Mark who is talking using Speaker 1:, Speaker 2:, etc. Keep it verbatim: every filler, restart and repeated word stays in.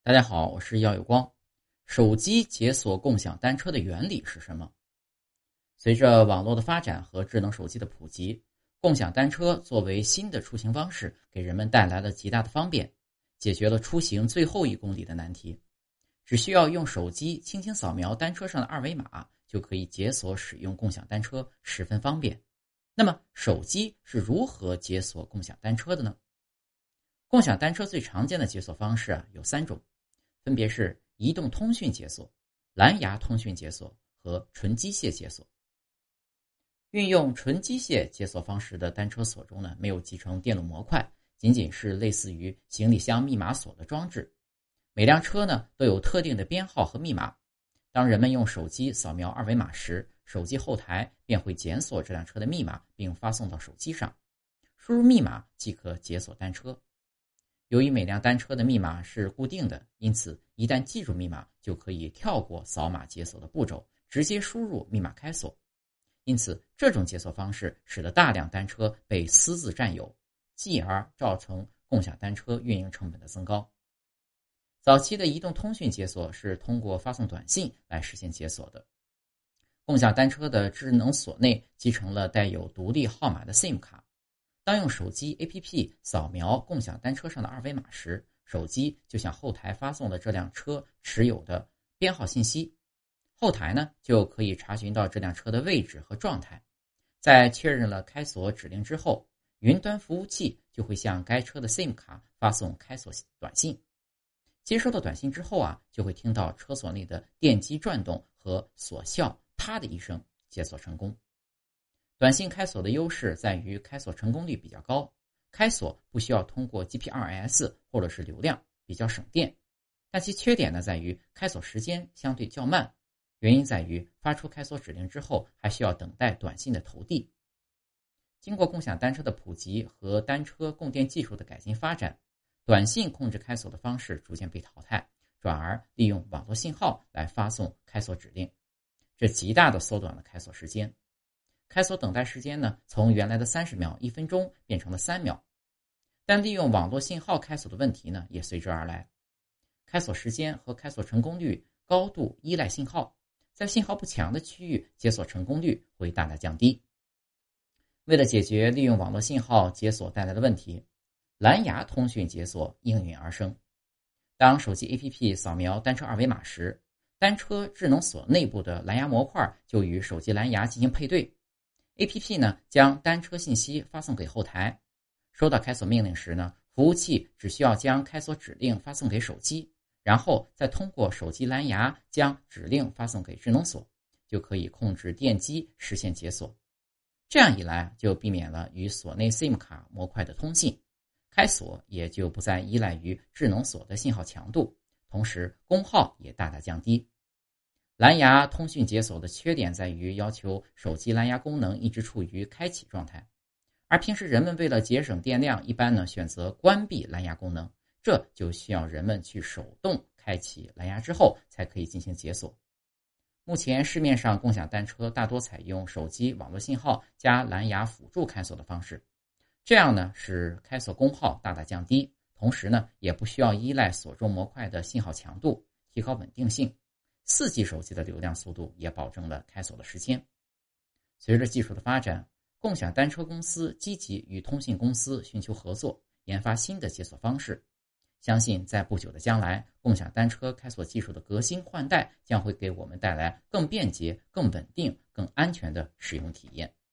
Speaker 1: 大家好，我是耀有光。手机解锁共享单车的原理是什么？随着网络的发展和智能手机的普及，共享单车作为新的出行方式，给人们带来了极大的方便，解决了出行最后一公里的难题。只需要用手机轻轻扫描单车上的二维码，就可以解锁使用共享单车，十分方便。那么，手机是如何解锁共享单车的呢？共享单车最常见的解锁方式啊有三种。分别是移动通讯解锁、蓝牙通讯解锁和纯机械解锁。运用纯机械解锁方式的单车锁中呢，没有集成电路模块，仅仅是类似于行李箱密码锁的装置。每辆车呢都有特定的编号和密码。当人们用手机扫描二维码时，手机后台便会检索这辆车的密码，并发送到手机上。输入密码即可解锁单车。由于每辆单车的密码是固定的，因此一旦记住密码，就可以跳过扫码解锁的步骤，直接输入密码开锁。因此，这种解锁方式使得大量单车被私自占有，继而造成共享单车运营成本的增高。早期的移动通讯解锁是通过发送短信来实现解锁的。共享单车的智能锁内集成了带有独立号码的 SIM 卡。当用手机 A P P 扫描共享单车上的二维码时，手机就向后台发送了这辆车持有的编号信息，后台呢就可以查询到这辆车的位置和状态。在确认了开锁指令之后，云端服务器就会向该车的 SIM 卡发送开锁短信。接收到短信之后啊，就会听到车锁内的电机转动和锁效啪的一声，解锁成功。短信开锁的优势在于开锁成功率比较高，开锁不需要通过 G P R S 或者是流量，比较省电。但其缺点呢在于开锁时间相对较慢，原因在于发出开锁指令之后还需要等待短信的投递。经过共享单车的普及和单车供电技术的改进发展，短信控制开锁的方式逐渐被淘汰，转而利用网络信号来发送开锁指令，这极大地缩短了开锁时间。开锁等待时间呢，从原来的三十秒、一分钟变成了三秒。但利用网络信号开锁的问题呢，也随之而来。开锁时间和开锁成功率高度依赖信号，在信号不强的区域，解锁成功率会大大降低。为了解决利用网络信号解锁带来的问题，蓝牙通讯解锁应运而生。当手机 A P P 扫描单车二维码时，单车智能锁内部的蓝牙模块就与手机蓝牙进行配对。A P P 呢将单车信息发送给后台，收到开锁命令时呢，服务器只需要将开锁指令发送给手机，然后再通过手机蓝牙将指令发送给智能锁，就可以控制电机实现解锁。这样一来，就避免了与锁内 SIM 卡模块的通信，开锁也就不再依赖于智能锁的信号强度，同时功耗也大大降低。蓝牙通讯解锁的缺点在于要求手机蓝牙功能一直处于开启状态，而平时人们为了节省电量，一般呢选择关闭蓝牙功能，这就需要人们去手动开启蓝牙之后才可以进行解锁。目前市面上共享单车大多采用手机网络信号加蓝牙辅助开锁的方式，这样呢使开锁功耗大大降低，同时呢也不需要依赖锁中模块的信号强度，提高稳定性。四 G 手机的流量速度也保证了开锁的时间。随着技术的发展，共享单车公司积极与通信公司寻求合作，研发新的解锁方式。相信在不久的将来，共享单车开锁技术的革新换代将会给我们带来更便捷、更稳定、更安全的使用体验。